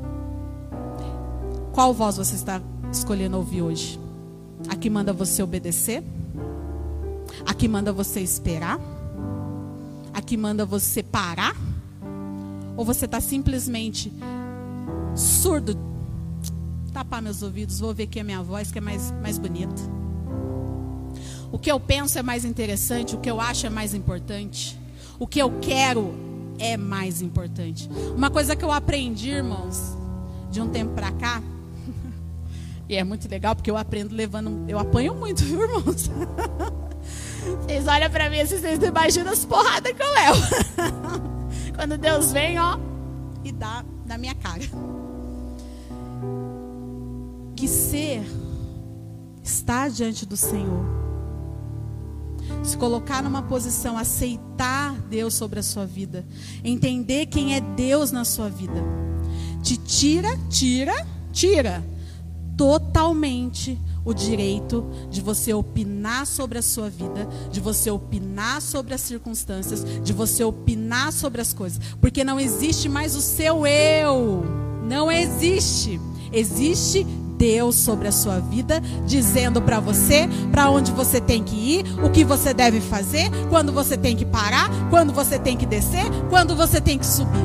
Qual voz você está escolhendo ouvir hoje? A que manda você obedecer? A que manda você esperar? A que manda você parar? Ou você está simplesmente surdo? Tapar meus ouvidos, vou ver aqui a minha voz que é mais, mais bonita. O que eu penso é mais interessante, o que eu acho é mais importante. O que eu quero é mais importante. Uma coisa que eu aprendi, irmãos, de um tempo pra cá, e é muito legal porque eu aprendo levando, eu apanho muito, viu, irmãos? Vocês olham pra mim assim, vocês não imaginam as porradas que eu levo. Quando Deus vem, ó, e dá na minha cara. Que ser estar diante do Senhor, se colocar numa posição, aceitar Deus sobre a sua vida, entender quem é Deus na sua vida, te tira, tira, tira totalmente o direito de você opinar sobre a sua vida, de você opinar sobre as circunstâncias, de você opinar sobre as coisas, porque não existe mais o seu eu, não existe, existe Deus sobre a sua vida, dizendo para você para onde você tem que ir, o que você deve fazer, quando você tem que parar, quando você tem que descer, quando você tem que subir.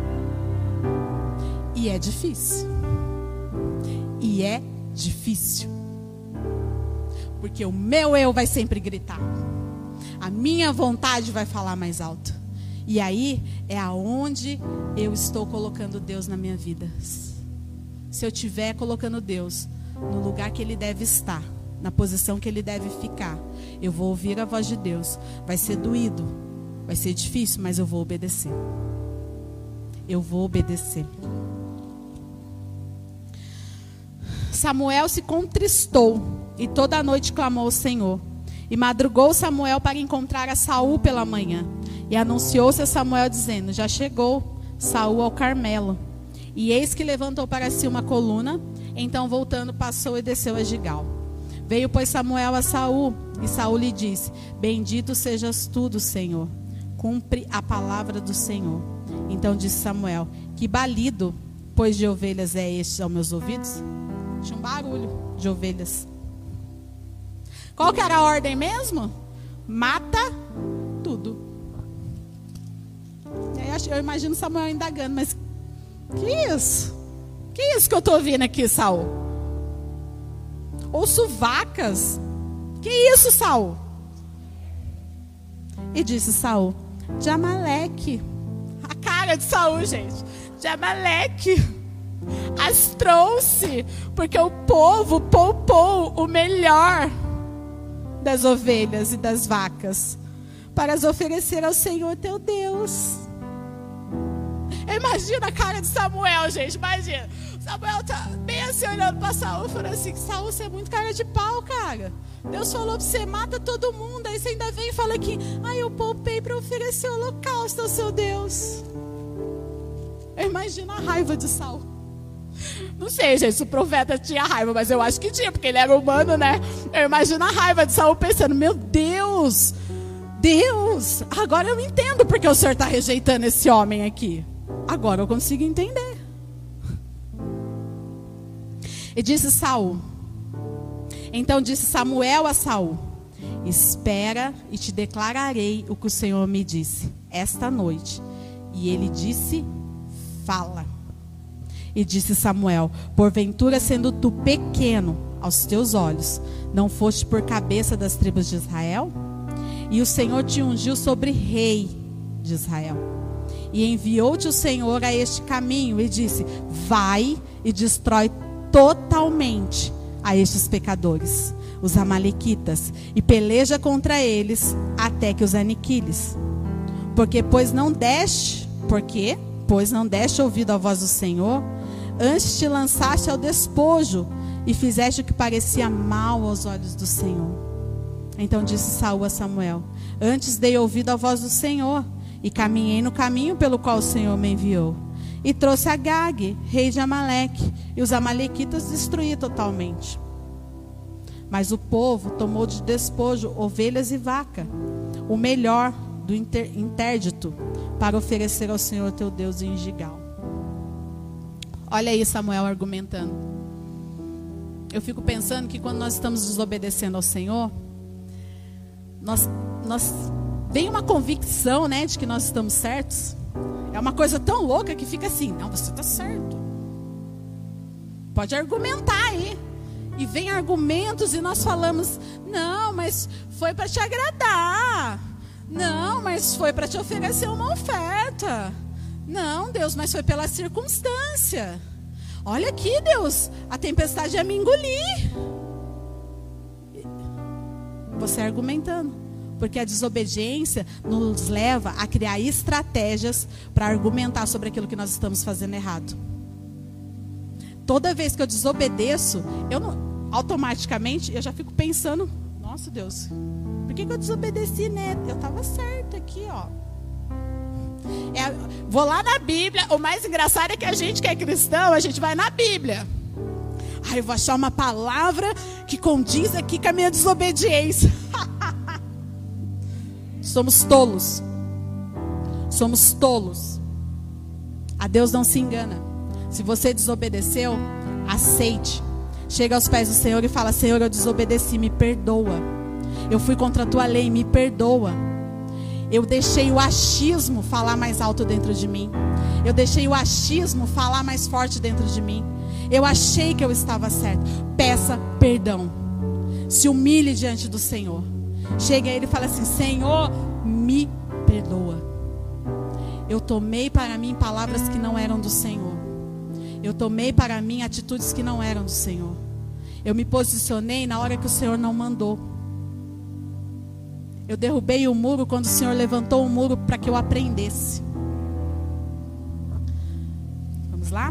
E é difícil. E é difícil. Porque o meu eu vai sempre gritar. A minha vontade vai falar mais alto. E aí é aonde eu estou colocando Deus na minha vida. se eu estiver colocando Deus no lugar que Ele deve estar, na posição que Ele deve ficar, eu vou ouvir a voz de Deus. Vai ser doído, vai ser difícil, mas eu vou obedecer. Eu vou obedecer. Samuel se contristou e toda a noite clamou ao Senhor. E madrugou Samuel para encontrar a Saul pela manhã. E anunciou-se a Samuel dizendo: já chegou Saul ao Carmelo. E eis que levantou para si uma coluna. Então voltando passou e desceu a Gigal. Veio pois Samuel a Saul, e Saul lhe disse: bendito sejas tu do Senhor, cumpre a palavra do Senhor. Então disse Samuel: que balido, pois de ovelhas é este aos meus ouvidos? Tinha um barulho de ovelhas. Qual que era a ordem mesmo? Mata tudo. E aí eu imagino Samuel indagando: mas que isso? Que isso que eu estou ouvindo aqui, Saul? Ouço vacas. Que isso, Saul? E disse Saul: de Amaleque. A cara de Saul, gente. De Amaleque. As trouxe, porque o povo poupou o melhor das ovelhas e das vacas para as oferecer ao Senhor teu Deus. Imagina a cara de Samuel, gente. Imagina. Samuel tá bem assim olhando para Saul, falando assim: Saul, você é muito cara de pau, cara. Deus falou para você: mata todo mundo. Aí você ainda vem e fala que ah, eu poupei para oferecer o holocausto ao seu Deus. Imagina a raiva de Saul. Não sei, gente, se o profeta tinha raiva, mas eu acho que tinha, porque ele era humano, né? Eu imagino a raiva de Saul pensando: meu Deus, Deus, agora eu entendo porque o Senhor está rejeitando esse homem aqui. Agora eu consigo entender. E disse Saul, então disse Samuel a Saul: espera e te declararei o que o Senhor me disse esta noite. E ele disse: fala. E disse Samuel: porventura, sendo tu pequeno aos teus olhos, não foste por cabeça das tribos de Israel? E o Senhor te ungiu sobre rei de Israel. E enviou-te o Senhor a este caminho e disse: vai e destrói totalmente a estes pecadores, os amalequitas, e peleja contra eles até que os aniquiles. Porque pois não deste, porque pois não deste ouvido à voz do Senhor, antes te lançaste ao despojo e fizeste o que parecia mal aos olhos do Senhor. Então disse Saul a Samuel: antes dei ouvido à voz do Senhor e caminhei no caminho pelo qual o Senhor me enviou. E trouxe Agag, rei de Amaleque, e os amalequitas destruí totalmente. Mas o povo tomou de despojo ovelhas e vaca, o melhor do inter, interdito, para oferecer ao Senhor teu Deus em Gigal. Olha aí Samuel argumentando. Eu fico pensando que quando nós estamos desobedecendo ao Senhor, nós, nós vem uma convicção, né, de que nós estamos certos. É uma coisa tão louca que fica assim: não, você está certo. Pode argumentar aí. E vem argumentos e nós falamos: não, mas foi para te agradar. Não, mas foi para te oferecer uma oferta. Não, Deus, mas foi pela circunstância. Olha aqui, Deus, a tempestade ia me engolir. Você argumentando. Porque a desobediência nos leva a criar estratégias para argumentar sobre aquilo que nós estamos fazendo errado. Toda vez que eu desobedeço, eu não, automaticamente eu já fico pensando: nossa, Deus, por que, que eu desobedeci, né? Eu estava certa aqui, ó. É, vou lá na Bíblia. O mais engraçado é que a gente que é cristão, a gente vai na Bíblia. Aí eu vou achar uma palavra que condiz aqui com a minha desobediência. Somos tolos. Somos tolos. A Deus não se engana. Se você desobedeceu, aceite. Chega aos pés do Senhor e fala: Senhor, eu desobedeci, me perdoa. Eu fui contra a tua lei, me perdoa. Eu deixei o achismo falar mais alto dentro de mim. Eu deixei o achismo falar mais forte dentro de mim. Eu achei que eu estava certo. Peça perdão. Se humilhe diante do Senhor. Chega a Ele e fala assim: Senhor, me perdoa. Eu tomei para mim palavras que não eram do Senhor. Eu tomei para mim atitudes que não eram do Senhor. Eu me posicionei na hora que o Senhor não mandou. Eu derrubei o muro quando o Senhor levantou o muro para que eu aprendesse. Vamos lá?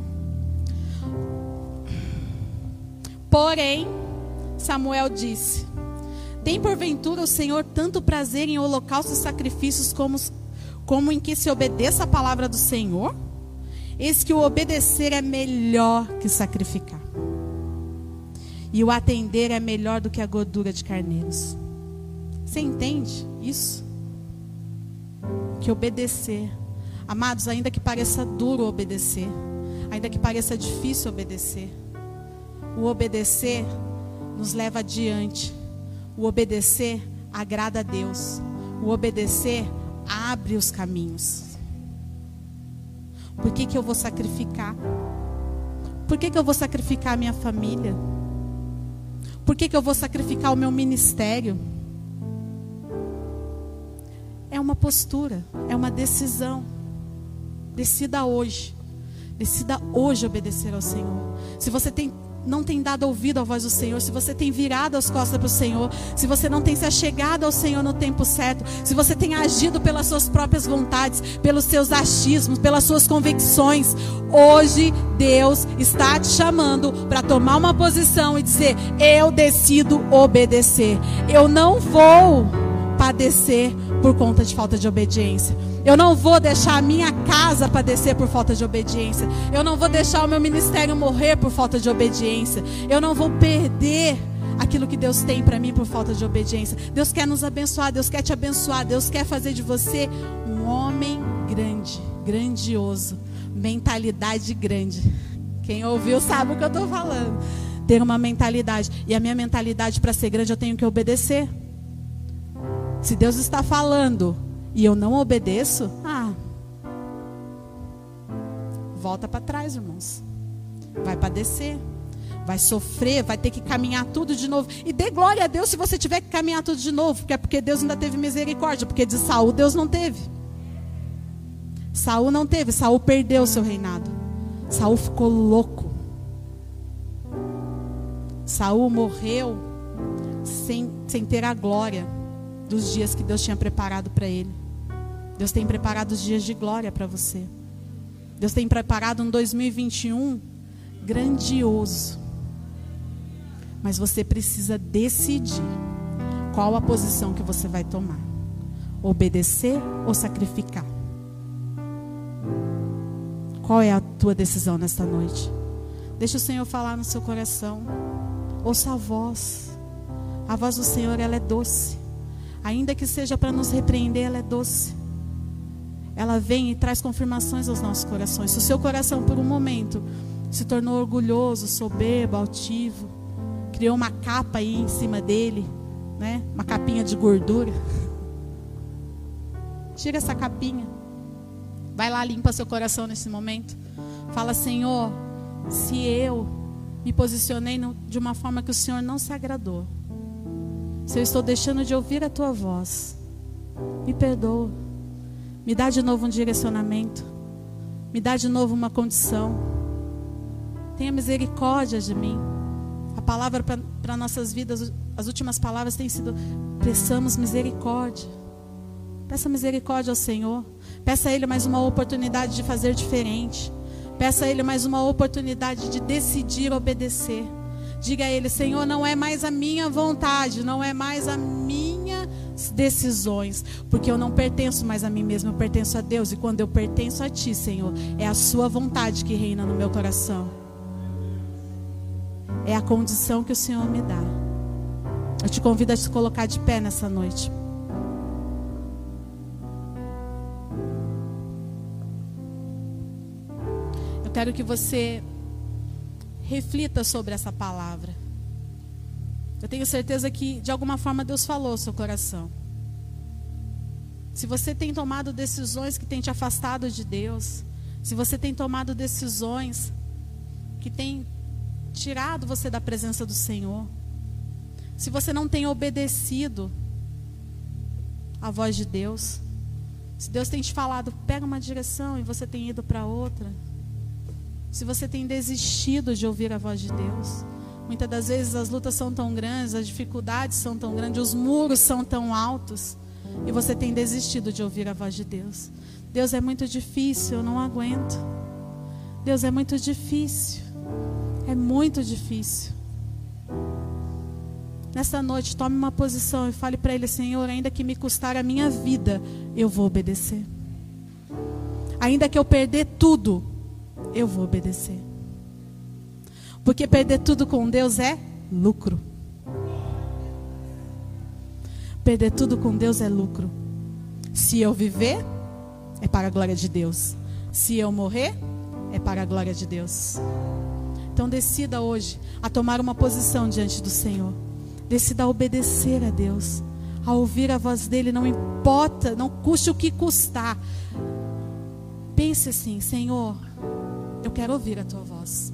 Porém, Samuel disse: tem porventura o Senhor tanto prazer em holocaustos e sacrifícios como, como em que se obedeça a palavra do Senhor? Eis que o obedecer é melhor que sacrificar, e o atender é melhor do que a gordura de carneiros. Você entende isso? Que obedecer, amados, ainda que pareça duro obedecer, ainda que pareça difícil obedecer, o obedecer nos leva adiante. O obedecer agrada a Deus. O obedecer abre os caminhos. Por que que eu vou sacrificar? Por que que eu vou sacrificar a minha família? Por que que eu vou sacrificar o meu ministério? É uma postura, é uma decisão. Decida hoje. Decida hoje obedecer ao Senhor. Se você tem não tem dado ouvido à voz do Senhor, se você tem virado as costas para o Senhor, se você não tem se achegado ao Senhor no tempo certo, se você tem agido pelas suas próprias vontades, pelos seus achismos, pelas suas convicções, hoje Deus está te chamando para tomar uma posição e dizer: eu decido obedecer. Eu não vou padecer por conta de falta de obediência. Eu não vou deixar a minha casa padecer por falta de obediência. Eu não vou deixar o meu ministério morrer por falta de obediência. Eu não vou perder aquilo que Deus tem para mim por falta de obediência. Deus quer nos abençoar, Deus quer te abençoar, Deus quer fazer de você um homem grande, grandioso, mentalidade grande. Quem ouviu sabe o que eu estou falando. Ter uma mentalidade. E a minha mentalidade, para ser grande, eu tenho que obedecer. Se Deus está falando e eu não obedeço, ah, volta para trás, irmãos. Vai padecer, vai sofrer, vai ter que caminhar tudo de novo. E dê glória a Deus se você tiver que caminhar tudo de novo, porque é porque Deus ainda teve misericórdia, porque de Saul Deus não teve. Saul não teve, Saul perdeu o seu reinado. Saul ficou louco. Saul morreu sem, sem ter a glória dos dias que Deus tinha preparado para ele. Deus tem preparado os dias de glória para você. Deus tem preparado um dois mil e vinte e um grandioso. Mas você precisa decidir qual a posição que você vai tomar: obedecer ou sacrificar. Qual é a tua decisão nesta noite? Deixa o Senhor falar no seu coração. Ouça a voz. A voz do Senhor, ela é doce. Ainda que seja para nos repreender, ela é doce. Ela vem e traz confirmações aos nossos corações. Se o seu coração por um momento se tornou orgulhoso, soberbo, altivo, criou uma capa aí em cima dele, né? Uma capinha de gordura, tira essa capinha. Vai lá, limpa seu coração nesse momento. Fala: Senhor, se eu me posicionei de uma forma que o Senhor não se agradou, se eu estou deixando de ouvir a tua voz, me perdoa. Me dá de novo um direcionamento. Me dá de novo uma condição. Tenha misericórdia de mim. A palavra para nossas vidas, as últimas palavras têm sido: peçamos misericórdia. Peça misericórdia ao Senhor. Peça a Ele mais uma oportunidade de fazer diferente. Peça a Ele mais uma oportunidade de decidir obedecer. Diga a Ele: Senhor, não é mais a minha vontade, não é mais a minha decisões, porque eu não pertenço mais a mim mesmo, eu pertenço a Deus. E quando eu pertenço a Ti, Senhor, é a Sua vontade que reina no meu coração. É a condição que o Senhor me dá. Eu te convido a te colocar de pé nessa noite. Eu quero que você reflita sobre essa palavra. Eu tenho certeza que de alguma forma Deus falou ao seu coração. Se você tem tomado decisões que têm te afastado de Deus, se você tem tomado decisões que têm tirado você da presença do Senhor, se você não tem obedecido a voz de Deus, se Deus tem te falado, pega uma direção e você tem ido para outra, se você tem desistido de ouvir a voz de Deus. Muitas das vezes as lutas são tão grandes, as dificuldades são tão grandes, os muros são tão altos, e você tem desistido de ouvir a voz de Deus. Deus, é muito difícil, eu não aguento. Deus, é muito difícil. É muito difícil. Nessa noite, tome uma posição e fale para Ele: Senhor, ainda que me custar a minha vida, eu vou obedecer. Ainda que eu perder tudo, eu vou obedecer. Porque perder tudo com Deus é lucro. Perder tudo com Deus é lucro. Se eu viver, é para a glória de Deus. Se eu morrer, é para a glória de Deus. Então decida hoje a tomar uma posição diante do Senhor. Decida a obedecer a Deus, a ouvir a voz dEle, não importa, não custe o que custar. Pense assim: Senhor, eu quero ouvir a Tua voz.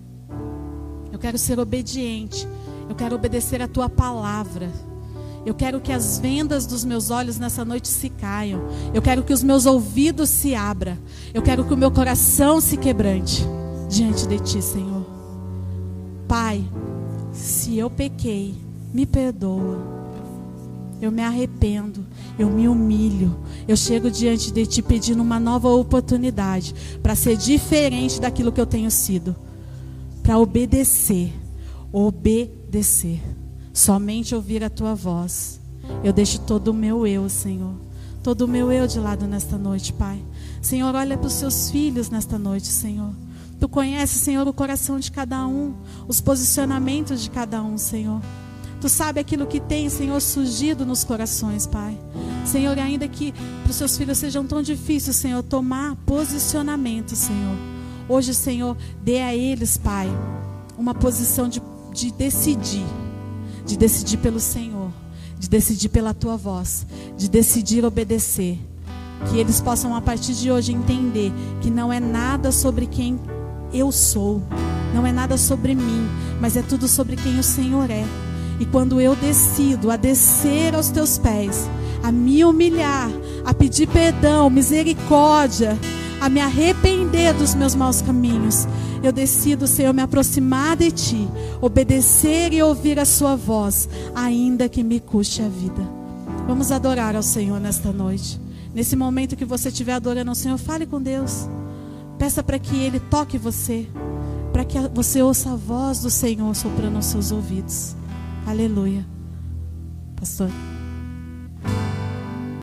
Eu quero ser obediente. Eu quero obedecer a Tua palavra. Eu quero que as vendas dos meus olhos nessa noite se caiam. Eu quero que os meus ouvidos se abram. Eu quero que o meu coração se quebrante diante de Ti, Senhor. Pai, se eu pequei, me perdoa. Eu me arrependo, eu me humilho. Eu chego diante de Ti pedindo uma nova oportunidade para ser diferente daquilo que eu tenho sido. Para obedecer, obedecer. Somente ouvir a Tua voz. Eu deixo todo o meu eu, Senhor. Todo o meu eu de lado nesta noite, Pai. Senhor, olha para os Seus filhos nesta noite, Senhor. Tu conheces, Senhor, o coração de cada um, os posicionamentos de cada um, Senhor. Tu sabe aquilo que tem, Senhor, surgido nos corações, Pai. Senhor, ainda que para os Seus filhos sejam tão difíceis, Senhor, tomar posicionamento, Senhor. Hoje, Senhor, dê a eles, Pai, uma posição de, de decidir. De decidir pelo Senhor, de decidir pela Tua voz, de decidir obedecer. Que eles possam a partir de hoje entender que não é nada sobre quem eu sou, não é nada sobre mim, mas é tudo sobre quem o Senhor é. E quando eu decido a descer aos Teus pés, a me humilhar, a pedir perdão, misericórdia, a me arrepender dos meus maus caminhos, eu decido, Senhor, me aproximar de Ti, obedecer e ouvir a Sua voz, ainda que me custe a vida. Vamos adorar ao Senhor nesta noite. Nesse momento que você estiver adorando ao Senhor, fale com Deus. Peça para que Ele toque você, para que você ouça a voz do Senhor soprando aos seus ouvidos. Aleluia. Pastor.